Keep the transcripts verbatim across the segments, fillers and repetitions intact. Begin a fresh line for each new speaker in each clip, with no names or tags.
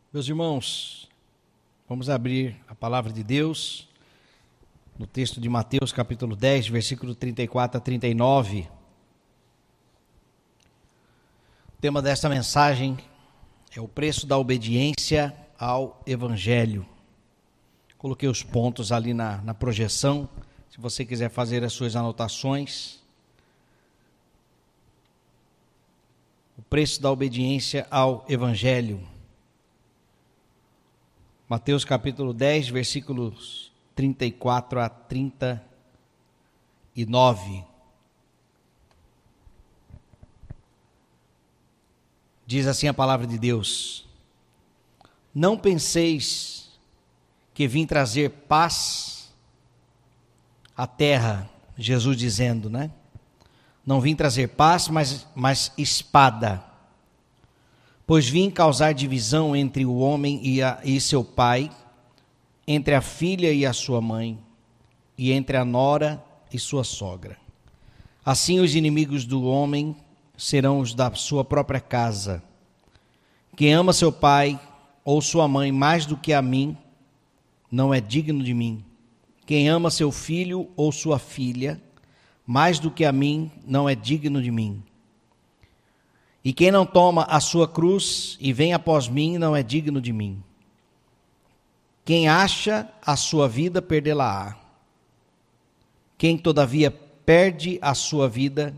Meus irmãos, vamos abrir a palavra de Deus no texto de Mateus capítulo dez, versículo trinta e quatro a trinta e nove. O tema desta mensagem é o preço da obediência ao Evangelho. Coloquei os pontos ali na, na projeção, se você quiser fazer as suas anotações. O preço da obediência ao Evangelho. Mateus capítulo dez, versículos trinta e quatro a trinta e nove. Diz assim a palavra de Deus: Não penseis que vim trazer paz à terra, Jesus dizendo, né? Não vim trazer paz, mas, mas espada. Pois vim causar divisão entre o homem e, a, e seu pai, entre a filha e a sua mãe, e entre a nora e sua sogra. Assim os inimigos do homem serão os da sua própria casa. Quem ama seu pai ou sua mãe mais do que a mim, não é digno de mim. Quem ama seu filho ou sua filha mais do que a mim, não é digno de mim. E quem não toma a sua cruz e vem após mim, não é digno de mim. Quem acha a sua vida, perdê-la-á. Quem, todavia, perde a sua vida,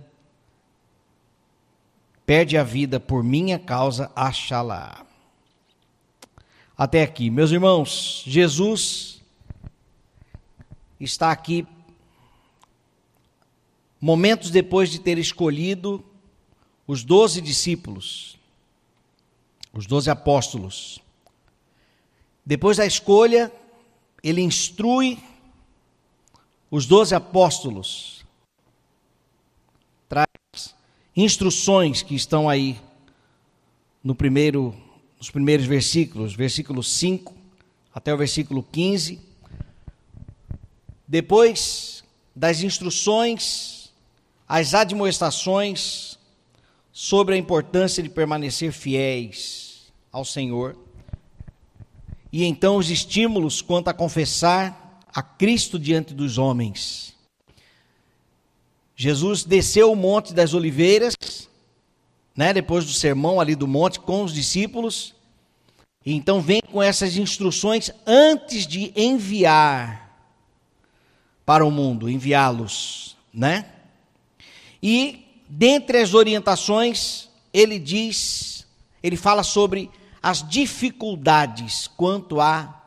perde a vida por minha causa, achá-la-á. Até aqui. Meus irmãos, Jesus está aqui momentos depois de ter escolhido os doze discípulos, os doze apóstolos. Depois da escolha, ele instrui os doze apóstolos, traz instruções que estão aí no primeiro, nos primeiros versículos, versículo cinco até o versículo quinze. Depois das instruções, as admoestações sobre a importância de permanecer fiéis ao Senhor, e então os estímulos quanto a confessar a Cristo diante dos homens. Jesus desceu o Monte das Oliveiras, né, depois do sermão ali do monte com os discípulos, e então vem com essas instruções antes de enviar para o mundo, enviá-los, né? E dentre as orientações, ele diz, ele fala sobre as dificuldades quanto a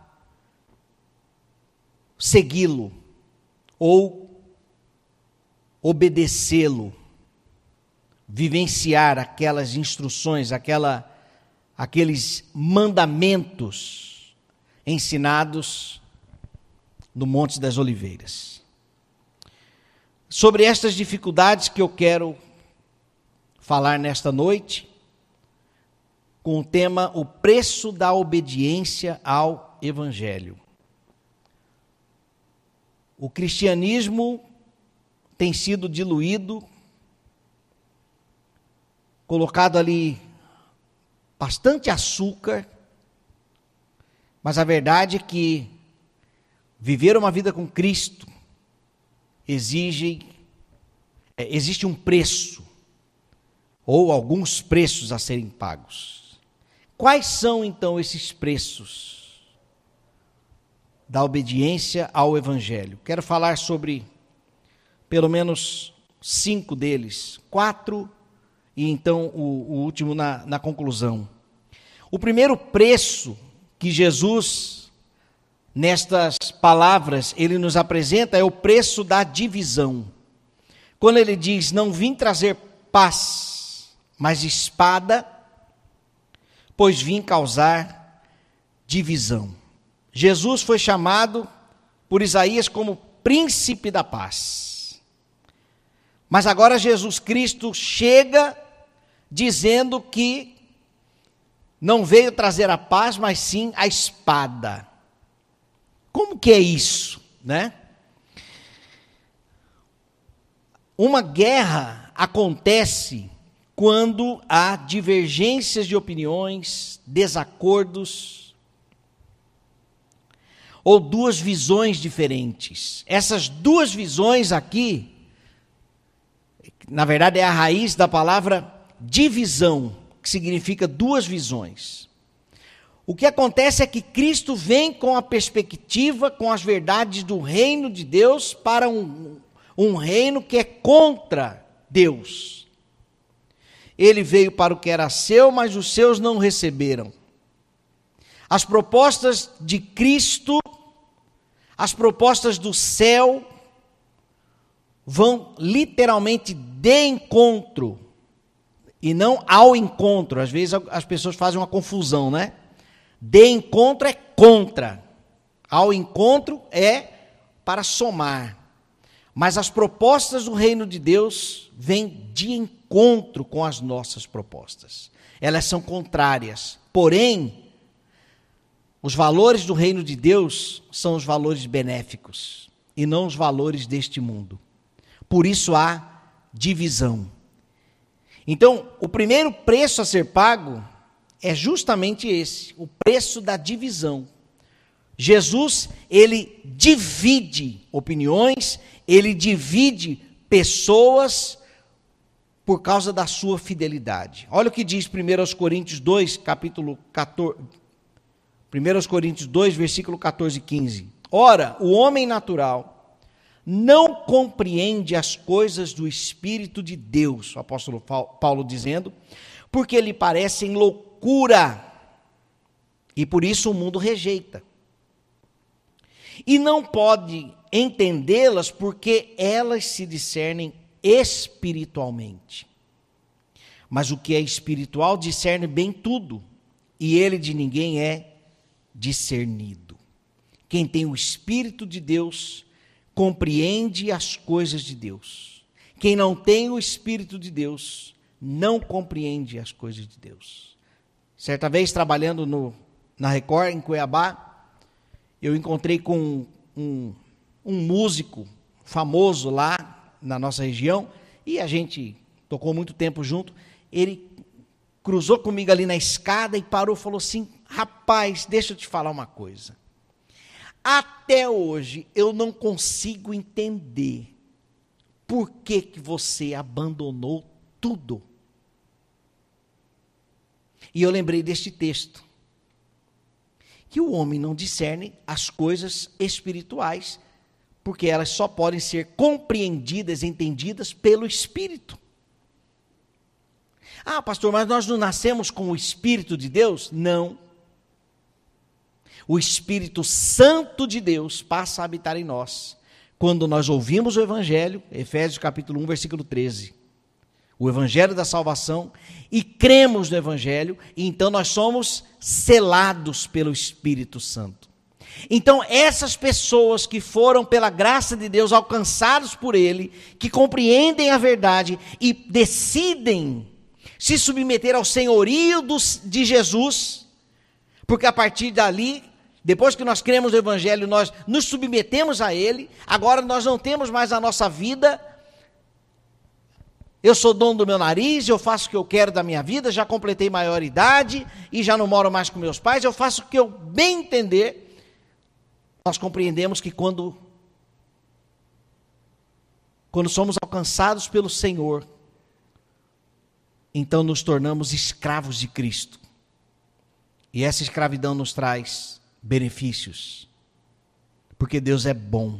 segui-lo ou obedecê-lo, vivenciar aquelas instruções, aquela, aqueles mandamentos ensinados no Monte das Oliveiras. Sobre estas dificuldades que eu quero falar nesta noite, com o tema o preço da obediência ao Evangelho. O cristianismo tem sido diluído, colocado ali bastante açúcar, mas a verdade é que viver uma vida com Cristo exige, é, existe um preço, ou alguns preços a serem pagos. Quais são, então, esses preços da obediência ao Evangelho? Quero falar sobre, pelo menos, cinco deles, quatro, e então o, o último na, na conclusão. O primeiro preço que Jesus, nestas palavras, ele nos apresenta é o preço da divisão. Quando ele diz, não vim trazer paz, mas espada, pois vim causar divisão. Jesus foi chamado por Isaías como príncipe da paz. Mas agora Jesus Cristo chega dizendo que não veio trazer a paz, mas sim a espada. Como que é isso, né? Uma guerra acontece quando há divergências de opiniões, desacordos, ou duas visões diferentes. Essas duas visões aqui, na verdade é a raiz da palavra divisão, que significa duas visões. O que acontece é que Cristo vem com a perspectiva, com as verdades do reino de Deus para um, um reino que é contra Deus. Ele veio para o que era seu, mas os seus não receberam. As propostas de Cristo, as propostas do céu, vão literalmente de encontro, e não ao encontro. Às vezes as pessoas fazem uma confusão, né? De encontro é contra, ao encontro é para somar. Mas as propostas do reino de Deus vêm de encontro com as nossas propostas. Elas são contrárias. Porém, os valores do reino de Deus são os valores benéficos e não os valores deste mundo. Por isso há divisão. Então, o primeiro preço a ser pago é justamente esse, o preço da divisão. Jesus, ele divide opiniões, ele divide pessoas por causa da sua fidelidade. Olha o que diz primeira Coríntios dois, capítulo quatorze, primeira Coríntios dois, versículo quatorze e quinze. Ora, o homem natural não compreende as coisas do Espírito de Deus, o apóstolo Paulo dizendo, porque lhe parecem loucura, e por isso o mundo rejeita. E não pode entendê-las porque elas se discernem espiritualmente. Mas o que é espiritual discerne bem tudo, e ele de ninguém é discernido. Quem tem o Espírito de Deus compreende as coisas de Deus. Quem não tem o Espírito de Deus não compreende as coisas de Deus. Certa vez, trabalhando no, na Record, em Cuiabá, eu encontrei com um, um músico famoso lá na nossa região, e a gente tocou muito tempo junto. Ele cruzou comigo ali na escada e parou e falou assim: rapaz, deixa eu te falar uma coisa. Até hoje eu não consigo entender por que que você abandonou tudo. E eu lembrei deste texto, que o homem não discerne as coisas espirituais, porque elas só podem ser compreendidas, entendidas pelo Espírito. Ah, pastor, mas nós não nascemos com o Espírito de Deus? Não. O Espírito Santo de Deus passa a habitar em nós quando nós ouvimos o Evangelho, Efésios capítulo um, versículo treze. O Evangelho da salvação, e cremos no Evangelho, e então nós somos selados pelo Espírito Santo. Então, essas pessoas que foram, pela graça de Deus, alcançados por Ele, que compreendem a verdade e decidem se submeter ao senhorio dos, de Jesus, porque a partir dali, depois que nós cremos no Evangelho, nós nos submetemos a Ele, agora nós não temos mais a nossa vida. Eu sou dono do meu nariz, eu faço o que eu quero da minha vida, já completei maioridade e já não moro mais com meus pais, eu faço o que eu bem entender. Nós compreendemos que quando, quando somos alcançados pelo Senhor, então nos tornamos escravos de Cristo. E essa escravidão nos traz benefícios, porque Deus é bom.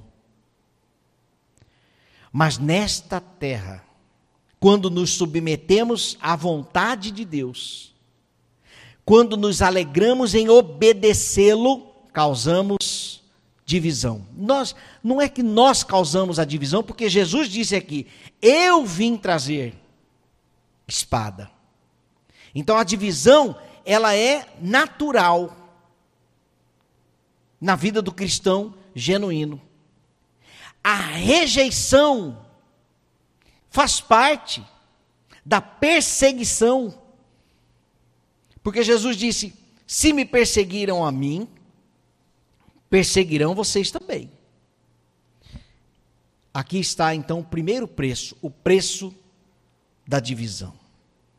Mas nesta terra, quando nos submetemos à vontade de Deus, quando nos alegramos em obedecê-lo, causamos divisão. Nós, não é que nós causamos a divisão, porque Jesus disse aqui: eu vim trazer espada. Então a divisão, ela é natural na vida do cristão genuíno. A rejeição faz parte da perseguição. Porque Jesus disse: se me perseguiram a mim, perseguirão vocês também. Aqui está então o primeiro preço, o preço da divisão.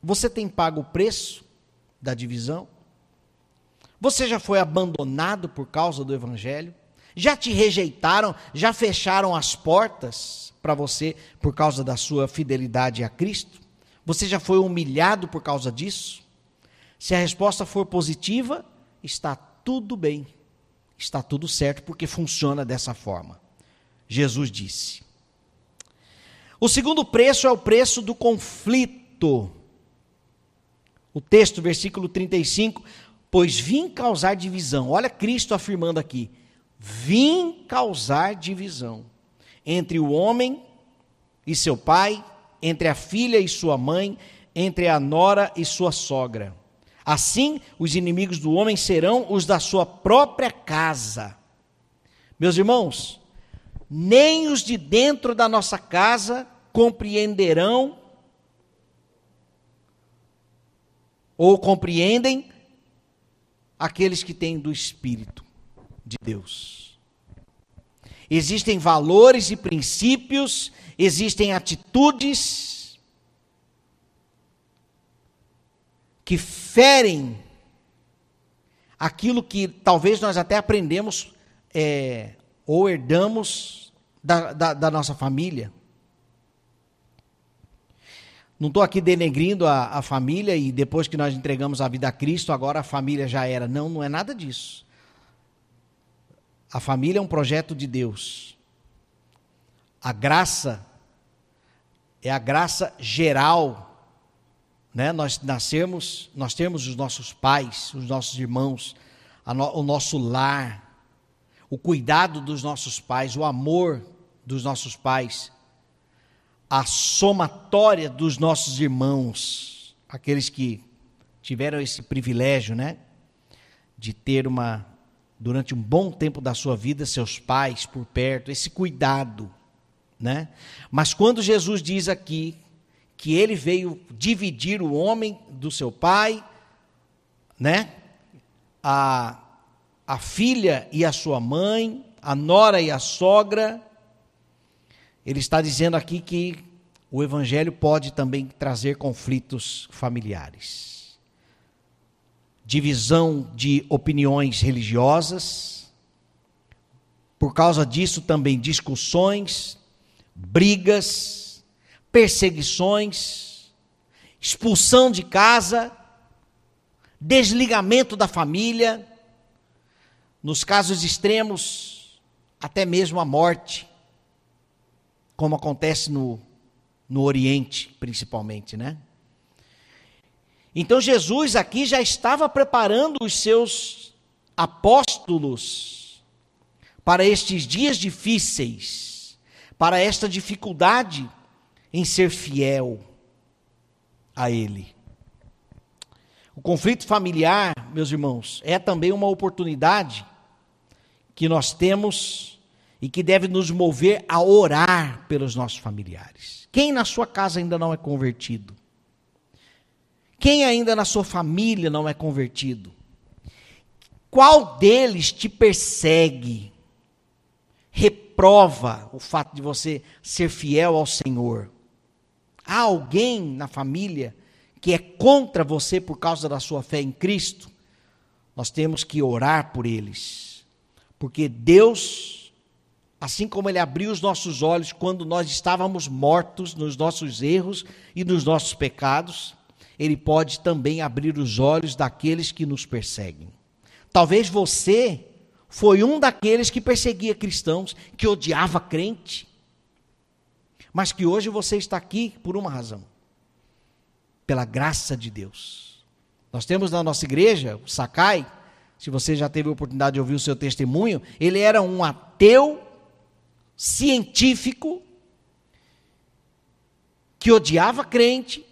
Você tem pago o preço da divisão? Você já foi abandonado por causa do Evangelho? Já te rejeitaram? Já fecharam as portas para você por causa da sua fidelidade a Cristo? Você já foi humilhado por causa disso? Se a resposta for positiva, está tudo bem. Está tudo certo, porque funciona dessa forma. Jesus disse. O segundo preço é o preço do conflito. O texto, versículo trinta e cinco, pois vim causar divisão. Olha Cristo afirmando aqui, vim causar divisão entre o homem e seu pai, entre a filha e sua mãe, entre a nora e sua sogra. Assim, os inimigos do homem serão os da sua própria casa. Meus irmãos, nem os de dentro da nossa casa compreenderão ou compreendem aqueles que têm do Espírito de Deus. Existem valores e princípios, existem atitudes que ferem aquilo que talvez nós até aprendemos é, ou herdamos da, da, da nossa família. Não estou aqui denegrindo a, a família e depois que nós entregamos a vida a Cristo, agora a família já era. Não, não é nada disso. A família é um projeto de Deus. A graça é a graça geral, né? Nós nascemos, nós temos os nossos pais, os nossos irmãos, a no, o nosso lar, o cuidado dos nossos pais, o amor dos nossos pais, a somatória dos nossos irmãos, aqueles que tiveram esse privilégio, né, de ter uma, durante um bom tempo da sua vida, seus pais por perto, esse cuidado, né? Mas quando Jesus diz aqui que ele veio dividir o homem do seu pai, né, a, a filha e a sua mãe, a nora e a sogra, ele está dizendo aqui que o Evangelho pode também trazer conflitos familiares. Divisão de opiniões religiosas. Por causa disso também discussões, brigas, perseguições, expulsão de casa, desligamento da família. Nos casos extremos, até mesmo a morte. Como acontece no, no Oriente, principalmente, né? Então Jesus aqui já estava preparando os seus apóstolos para estes dias difíceis, para esta dificuldade em ser fiel a Ele. O conflito familiar, meus irmãos, é também uma oportunidade que nós temos e que deve nos mover a orar pelos nossos familiares. Quem na sua casa ainda não é convertido? Quem ainda na sua família não é convertido? Qual deles te persegue? Reprova o fato de você ser fiel ao Senhor? Há alguém na família que é contra você por causa da sua fé em Cristo? Nós temos que orar por eles, porque Deus, assim como Ele abriu os nossos olhos quando nós estávamos mortos nos nossos erros e nos nossos pecados, Ele pode também abrir os olhos daqueles que nos perseguem. Talvez você foi um daqueles que perseguia cristãos, que odiava crente, mas que hoje você está aqui por uma razão, pela graça de Deus. Nós temos na nossa igreja, o Sakai, se você já teve a oportunidade de ouvir o seu testemunho, ele era um ateu científico, que odiava crente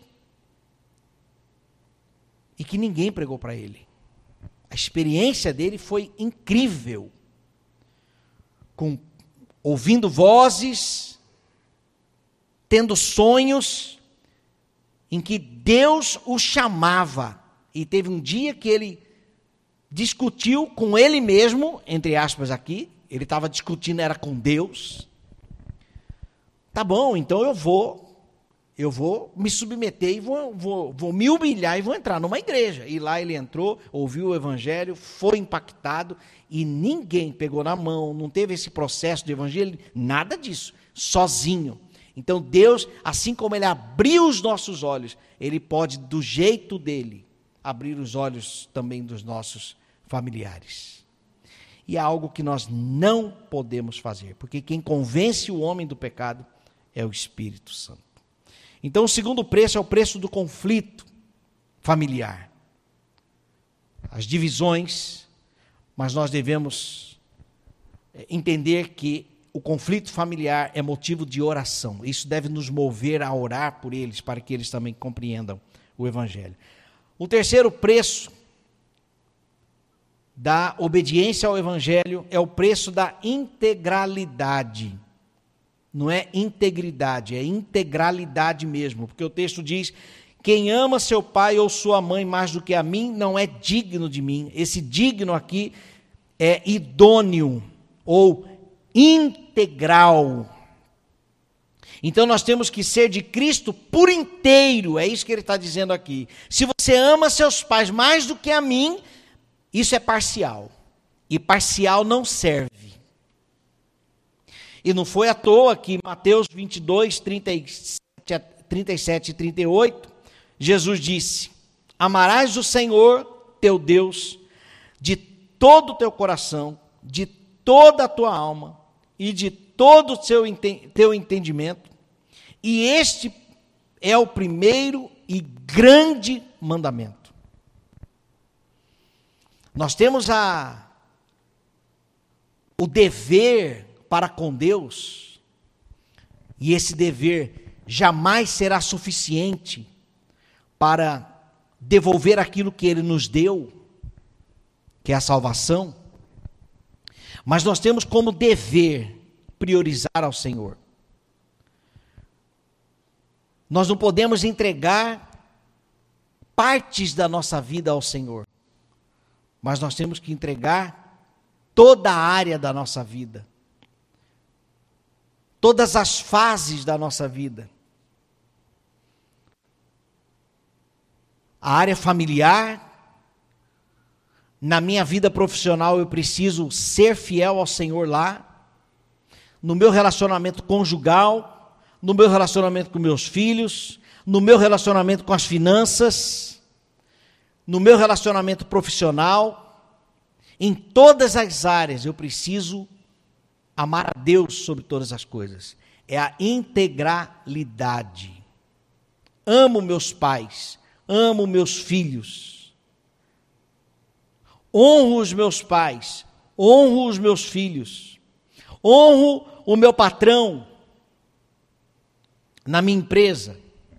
e que ninguém pregou para ele. A experiência dele foi incrível, com, ouvindo vozes, tendo sonhos, em que Deus o chamava, e teve um dia que ele discutiu com ele mesmo, entre aspas aqui, ele estava discutindo, era com Deus. Tá bom, então eu vou, eu vou me submeter e vou, vou, vou me humilhar e vou entrar numa igreja. E lá ele entrou, ouviu o evangelho, foi impactado e ninguém pegou na mão, não teve esse processo de evangelho, nada disso, sozinho. Então Deus, assim como Ele abriu os nossos olhos, Ele pode, do jeito dEle, abrir os olhos também dos nossos familiares. E é algo que nós não podemos fazer, porque quem convence o homem do pecado é o Espírito Santo. Então o segundo preço é o preço do conflito familiar. As divisões, mas nós devemos entender que o conflito familiar é motivo de oração. Isso deve nos mover a orar por eles, para que eles também compreendam o Evangelho. O terceiro preço da obediência ao Evangelho é o preço da integralidade. Não é integridade, é integralidade mesmo, porque o texto diz: quem ama seu pai ou sua mãe mais do que a mim, não é digno de mim. Esse digno aqui é idôneo, ou integral. Então nós temos que ser de Cristo por inteiro, é isso que ele está dizendo aqui. Se você ama seus pais mais do que a mim, isso é parcial, e parcial não serve. E não foi à toa que Mateus vinte e dois, trinta e sete e trinta e oito, Jesus disse: amarás o Senhor teu Deus de todo o teu coração, de toda a tua alma e de todo o teu, teu entendimento, e este é o primeiro e grande mandamento. Nós temos a, o dever para com Deus, e esse dever jamais será suficiente para devolver aquilo que Ele nos deu, que é a salvação, mas nós temos como dever priorizar ao Senhor. Nós não podemos entregar partes da nossa vida ao Senhor, mas nós temos que entregar toda a área da nossa vida, todas as fases da nossa vida. A área familiar, na minha vida profissional eu preciso ser fiel ao Senhor lá, no meu relacionamento conjugal, no meu relacionamento com meus filhos, no meu relacionamento com as finanças, no meu relacionamento profissional, em todas as áreas eu preciso amar a Deus sobre todas as coisas. É a integralidade. Amo meus pais, amo meus filhos, honro os meus pais, honro os meus filhos, honro o meu patrão na minha empresa,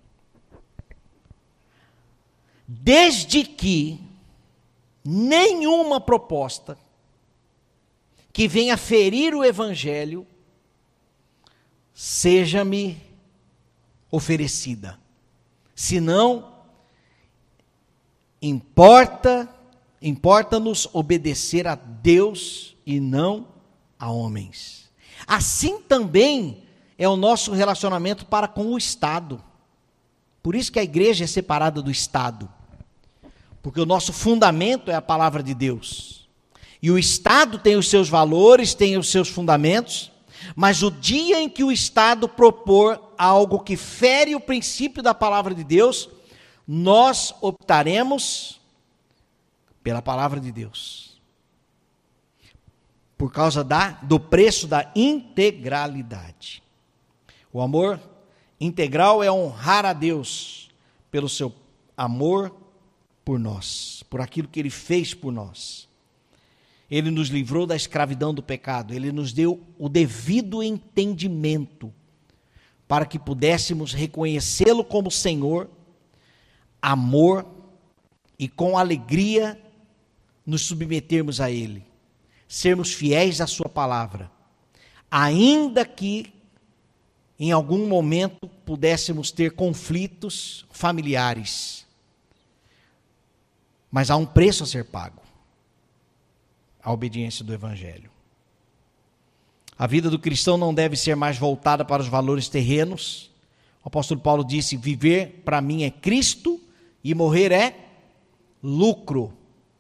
desde que nenhuma proposta que venha ferir o Evangelho seja-me oferecida. Senão, importa, importa-nos obedecer a Deus e não a homens. Assim também é o nosso relacionamento para com o Estado. Por isso que a igreja é separada do Estado. Porque o nosso fundamento é a palavra de Deus. E o Estado tem os seus valores, tem os seus fundamentos, mas o dia em que o Estado propor algo que fere o princípio da palavra de Deus, nós optaremos pela palavra de Deus. Por causa da, do preço da integralidade. O amor integral é honrar a Deus pelo seu amor por nós, por aquilo que Ele fez por nós. Ele nos livrou da escravidão do pecado, Ele nos deu o devido entendimento para que pudéssemos reconhecê-lo como Senhor, amor, e com alegria nos submetermos a Ele, sermos fiéis à sua palavra, ainda que em algum momento pudéssemos ter conflitos familiares, mas há um preço a ser pago, a obediência do Evangelho. A vida do cristão não deve ser mais voltada para os valores terrenos, O apóstolo Paulo disse: viver para mim é Cristo e morrer é lucro.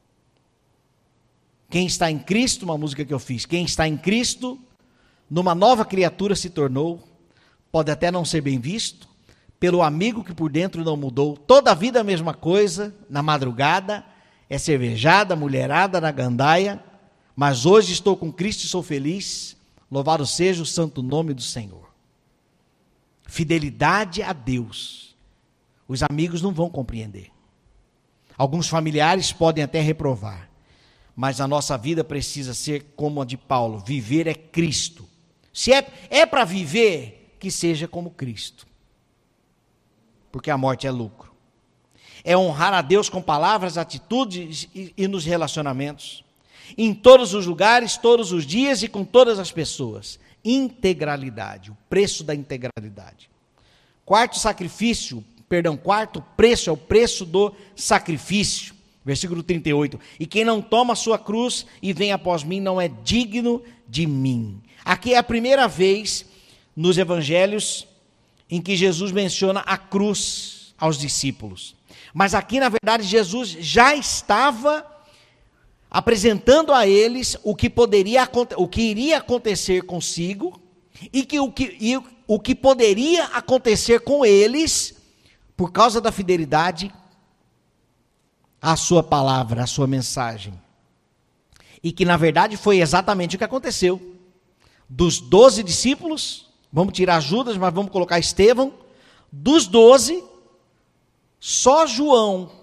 Quem está em Cristo, uma música que eu fiz, quem está em Cristo, numa nova criatura se tornou, pode até não ser bem visto, pelo amigo que por dentro não mudou. Toda a vida a mesma coisa, na madrugada, é cervejada, mulherada na gandaia, mas hoje estou com Cristo e sou feliz, louvado seja o santo nome do Senhor. Fidelidade a Deus, os amigos não vão compreender. Alguns familiares podem até reprovar, mas a nossa vida precisa ser como a de Paulo, viver é Cristo. Se é, é para viver, que seja como Cristo, porque a morte é lucro. É honrar a Deus com palavras, atitudes e, e nos relacionamentos, em todos os lugares, todos os dias e com todas as pessoas. Integralidade, o preço da integralidade. Quarto sacrifício, perdão, quarto preço é o preço do sacrifício. Versículo trinta e oito. E quem não toma a sua cruz e vem após mim não é digno de mim. Aqui é a primeira vez nos evangelhos em que Jesus menciona a cruz aos discípulos. Mas aqui, na verdade, Jesus já estava apresentando a eles o que poderia, o que iria acontecer consigo e, que, o, que, e o que poderia acontecer com eles por causa da fidelidade à sua palavra, à sua mensagem. E que, na verdade, foi exatamente o que aconteceu. Dos doze discípulos, vamos tirar Judas, mas vamos colocar Estevão, dos doze, só João,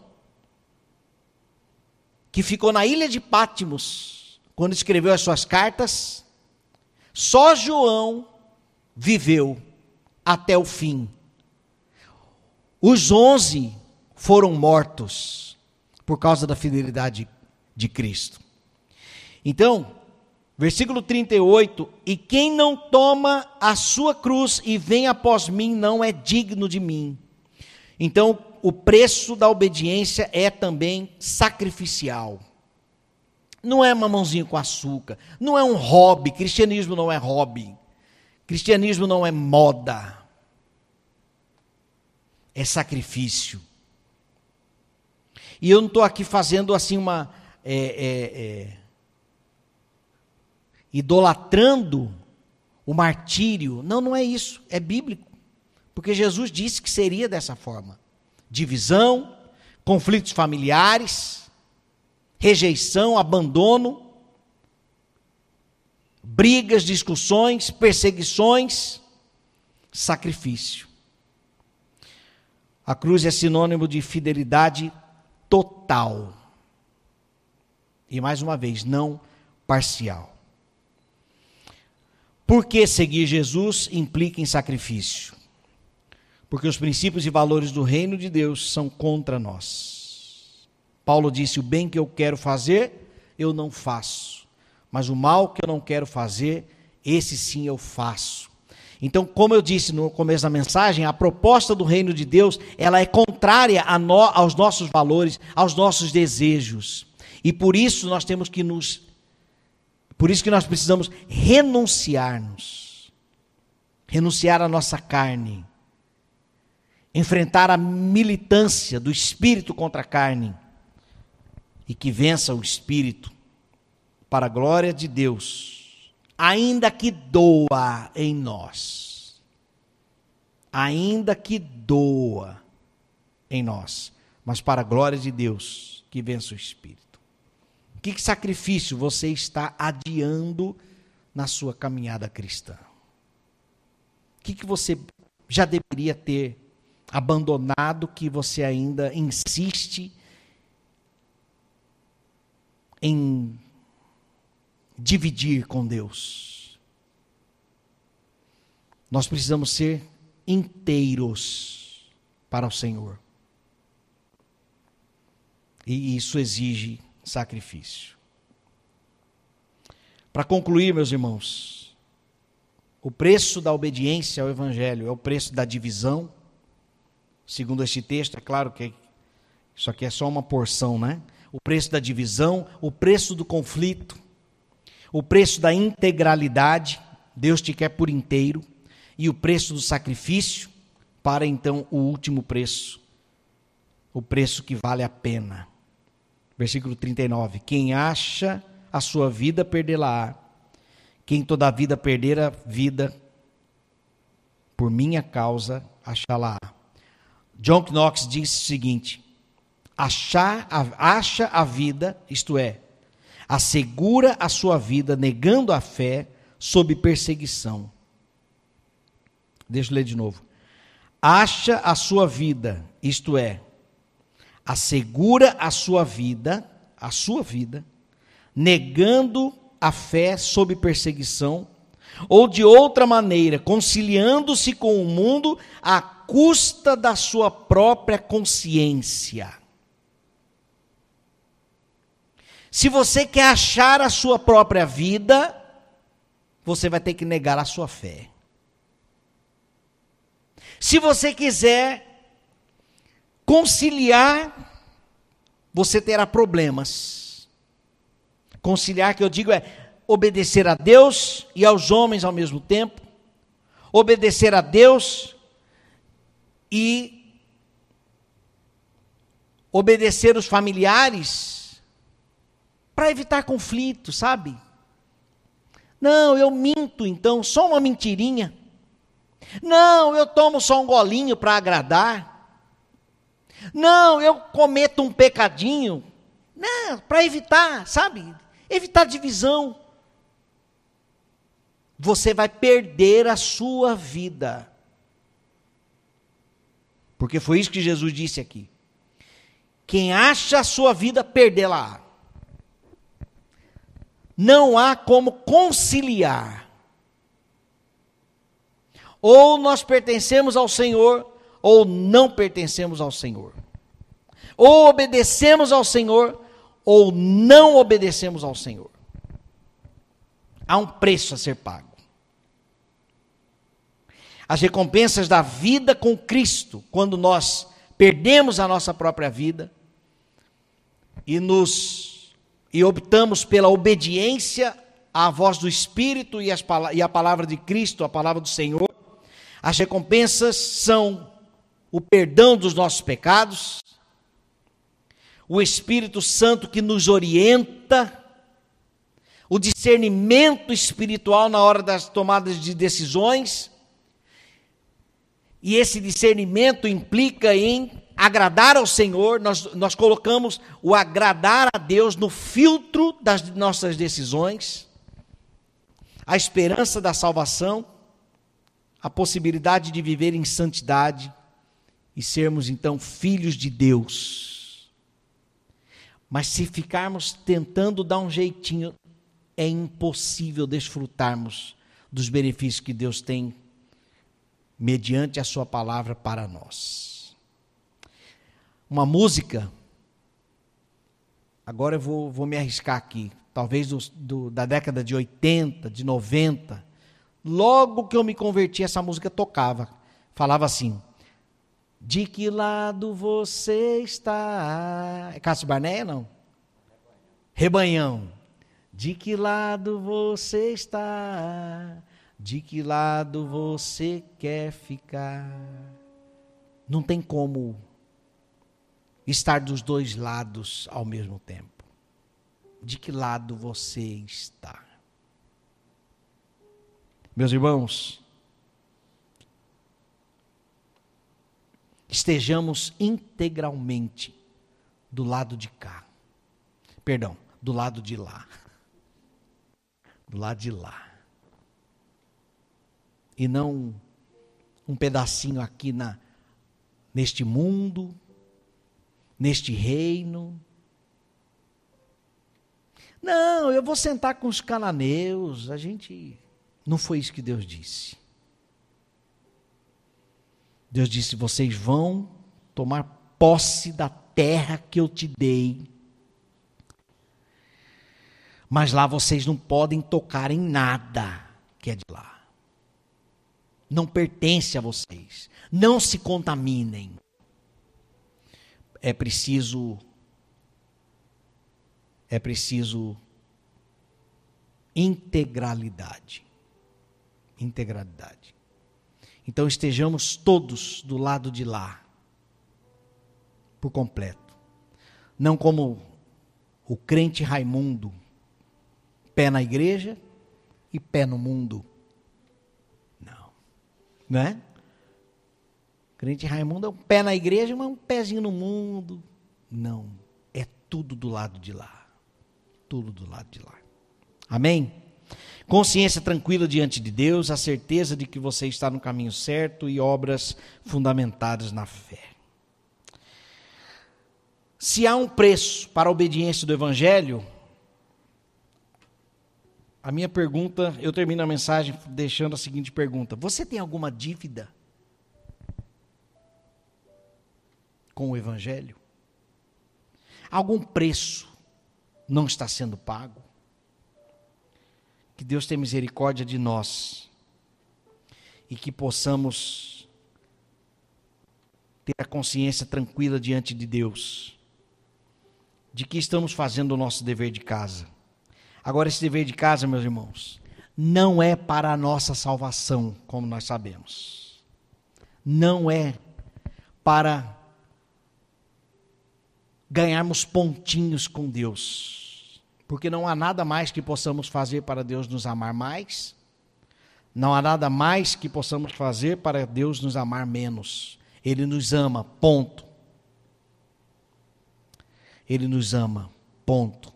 que ficou na ilha de Pátimos, quando escreveu as suas cartas, só João viveu até o fim. Os onze foram mortos por causa da fidelidade de Cristo. Então, versículo trinta e oito, e quem não toma a sua cruz e vem após mim não é digno de mim. Então, o preço da obediência é também sacrificial. Não é mamãozinho com açúcar, não é um hobby, cristianismo não é hobby, cristianismo não é moda, é sacrifício. E eu não estou aqui fazendo assim uma, é, é, é, idolatrando o martírio, não, não é isso, é bíblico, porque Jesus disse que seria dessa forma. Divisão, conflitos familiares, rejeição, abandono, brigas, discussões, perseguições, sacrifício. A cruz é sinônimo de fidelidade total. E mais uma vez, não parcial. Por que seguir Jesus implica em sacrifício? Porque os princípios e valores do reino de Deus são contra nós. Paulo disse: o bem que eu quero fazer, eu não faço. Mas o mal que eu não quero fazer, esse sim eu faço. Então, como eu disse no começo da mensagem, a proposta do reino de Deus, ela é contrária a no, aos nossos valores, aos nossos desejos. E por isso nós temos que nos... Por isso que nós precisamos renunciar-nos. Renunciar à nossa carne. Enfrentar a militância do espírito contra a carne e que vença o espírito para a glória de Deus, ainda que doa em nós, ainda que doa em nós, mas para a glória de Deus que vença o espírito. Que sacrifício você está adiando na sua caminhada cristã? O que, que você já deveria ter abandonado que você ainda insiste em dividir com Deus? Nós precisamos ser inteiros para o Senhor. E isso exige sacrifício. Para concluir, meus irmãos, o preço da obediência ao Evangelho é o preço da divisão. Segundo este texto, é claro que isso aqui é só uma porção, né? O preço da divisão, o preço do conflito, o preço da integralidade, Deus te quer por inteiro, e o preço do sacrifício, para então o último preço, o preço que vale a pena. Versículo trinta e nove, quem acha a sua vida, perdê-la-á. Quem toda a vida perder a vida, por minha causa, achá-la-á. John Knox diz o seguinte, achar a, acha a vida, isto é, assegura a sua vida, negando a fé, sob perseguição. Deixa eu ler de novo. Acha a sua vida, isto é, assegura a sua vida, a sua vida, negando a fé sob perseguição, ou de outra maneira, conciliando-se com o mundo à custa da sua própria consciência. Se você quer achar a sua própria vida, você vai ter que negar a sua fé. Se você quiser conciliar, você terá problemas. Conciliar, que eu digo, é obedecer a Deus e aos homens ao mesmo tempo, obedecer a Deus e obedecer os familiares, para evitar conflito, sabe? Não, eu minto então, só uma mentirinha. Não, eu tomo só um golinho para agradar. Não, eu cometo um pecadinho. Não, para evitar, sabe? Evitar divisão. Você vai perder a sua vida. Porque foi isso que Jesus disse aqui. Quem acha a sua vida, perdê-la-á. Não há como conciliar. Ou nós pertencemos ao Senhor, ou não pertencemos ao Senhor. Ou obedecemos ao Senhor, ou não obedecemos ao Senhor. Há um preço a ser pago. As recompensas da vida com Cristo, quando nós perdemos a nossa própria vida e nos e optamos pela obediência à voz do Espírito e, as, e a palavra de Cristo, a palavra do Senhor, as recompensas são o perdão dos nossos pecados, o Espírito Santo que nos orienta, o discernimento espiritual na hora das tomadas de decisões, e esse discernimento implica em agradar ao Senhor. Nós, nós colocamos o agradar a Deus no filtro das nossas decisões, a esperança da salvação, a possibilidade de viver em santidade e sermos então filhos de Deus. Mas se ficarmos tentando dar um jeitinho, é impossível desfrutarmos dos benefícios que Deus tem mediante a sua palavra para nós. Uma música, agora eu vou, vou me arriscar aqui, talvez do, do, da década de oitenta, de noventa, logo que eu me converti, essa música tocava, falava assim, de que lado você está? É Cássio Barneia, não? Rebanhão. De que lado você está? De que lado você quer ficar? Não tem como estar dos dois lados ao mesmo tempo. De que lado você está? Meus irmãos, estejamos integralmente do lado de cá. Perdão, do lado de lá. Do lado de lá. E não um pedacinho aqui na, neste mundo, neste reino. Não, eu vou sentar com os cananeus. A gente... Não foi isso que Deus disse. Deus disse, vocês vão tomar posse da terra que eu te dei. Mas lá vocês não podem tocar em nada que é de lá. Não pertence a vocês. Não se contaminem. É preciso, é preciso integralidade. Integralidade. Então estejamos todos do lado de lá, por completo. Não como o crente Raimundo, pé na igreja e pé no mundo. Não. Não é? O crente Raimundo é um pé na igreja, mas um pezinho no mundo. Não. É tudo do lado de lá. Tudo do lado de lá. Amém? Consciência tranquila diante de Deus, a certeza de que você está no caminho certo e obras fundamentadas na fé. Se há um preço para a obediência do Evangelho, a minha pergunta, eu termino a mensagem deixando a seguinte pergunta: você tem alguma dívida com o Evangelho? Algum preço não está sendo pago? Que Deus tenha misericórdia de nós e que possamos ter a consciência tranquila diante de Deus, de que estamos fazendo o nosso dever de casa. Agora, esse dever de casa, meus irmãos, não é para a nossa salvação, como nós sabemos. Não é para ganharmos pontinhos com Deus. Porque não há nada mais que possamos fazer para Deus nos amar mais. Não há nada mais que possamos fazer para Deus nos amar menos. Ele nos ama, ponto. Ele nos ama, ponto.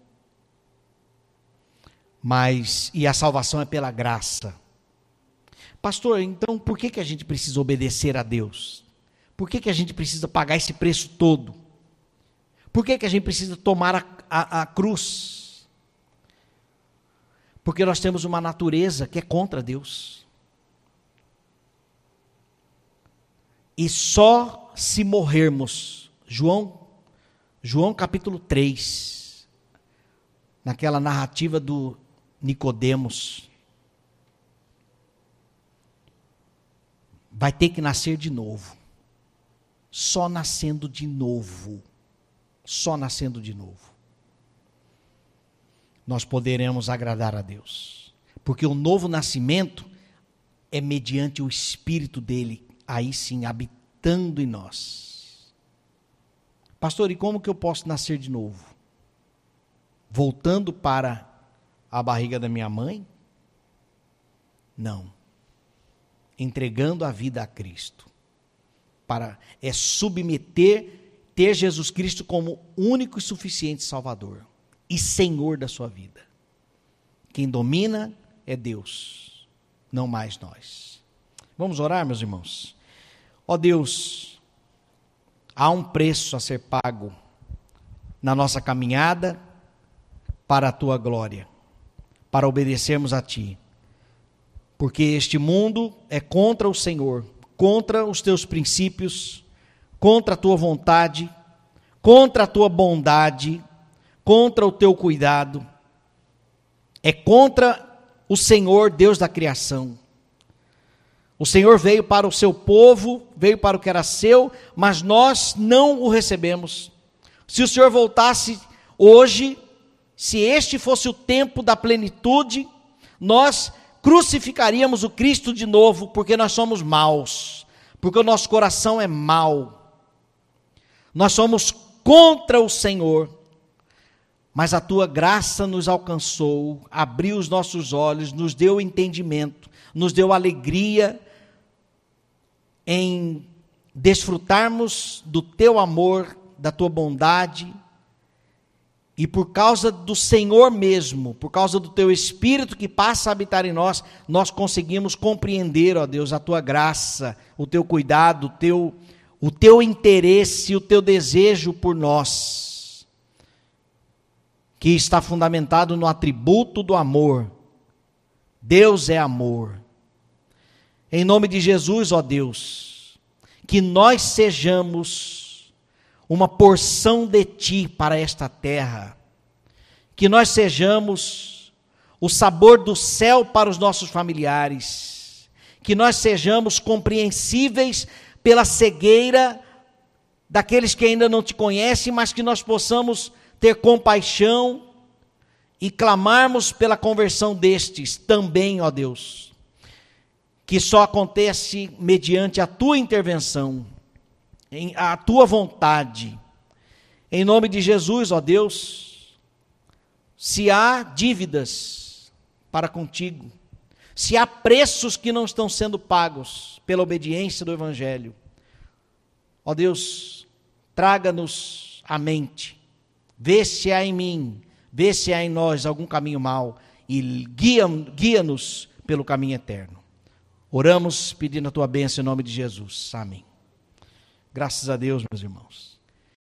Mas, e a salvação é pela graça. Pastor, então por que, que a gente precisa obedecer a Deus? Por que, que a gente precisa pagar esse preço todo? Por que, que a gente precisa tomar a, a, a cruz? Porque nós temos uma natureza que é contra Deus. E só se morrermos, João, João capítulo três, naquela narrativa do Nicodemos, vai ter que nascer de novo. Só nascendo de novo. Só nascendo de novo nós poderemos agradar a Deus. Porque o novo nascimento é mediante o Espírito dele, aí sim, habitando em nós. Pastor, e como que eu posso nascer de novo? Voltando para a barriga da minha mãe? Não. Entregando a vida a Cristo. Para, é submeter, ter Jesus Cristo como único e suficiente Salvador e Senhor da sua vida. Quem domina é Deus, não mais nós. Vamos orar, meus irmãos? Ó Deus, há um preço a ser pago na nossa caminhada para a tua glória, para obedecermos a ti. Porque este mundo é contra o Senhor, contra os teus princípios, contra a tua vontade, contra a tua bondade, contra o teu cuidado, é contra o Senhor, Deus da criação. O Senhor veio para o seu povo, veio para o que era seu, mas nós não o recebemos. Se o Senhor voltasse hoje, se este fosse o tempo da plenitude, nós crucificaríamos o Cristo de novo, porque nós somos maus, porque o nosso coração é mau. Nós somos contra o Senhor. Mas a tua graça nos alcançou, abriu os nossos olhos, nos deu entendimento, nos deu alegria em desfrutarmos do teu amor, da tua bondade, e por causa do Senhor mesmo, por causa do teu Espírito que passa a habitar em nós, nós conseguimos compreender, ó Deus, a tua graça, o teu cuidado, o teu, o teu interesse, o teu desejo por nós, que está fundamentado no atributo do amor. Deus é amor. Em nome de Jesus, ó Deus, que nós sejamos uma porção de ti para esta terra, que nós sejamos o sabor do céu para os nossos familiares, que nós sejamos compreensíveis pela cegueira daqueles que ainda não te conhecem, mas que nós possamos ter compaixão e clamarmos pela conversão destes também, ó Deus. que só acontece mediante a tua intervenção, em, a tua vontade. Em nome de Jesus, ó Deus, se há dívidas para contigo, se há preços que não estão sendo pagos pela obediência do Evangelho, ó Deus, traga-nos à mente, vê se há em mim, vê se há em nós algum caminho mau e guia, guia-nos pelo caminho eterno. Oramos pedindo a tua bênção em nome de Jesus. Amém. Graças a Deus, meus irmãos.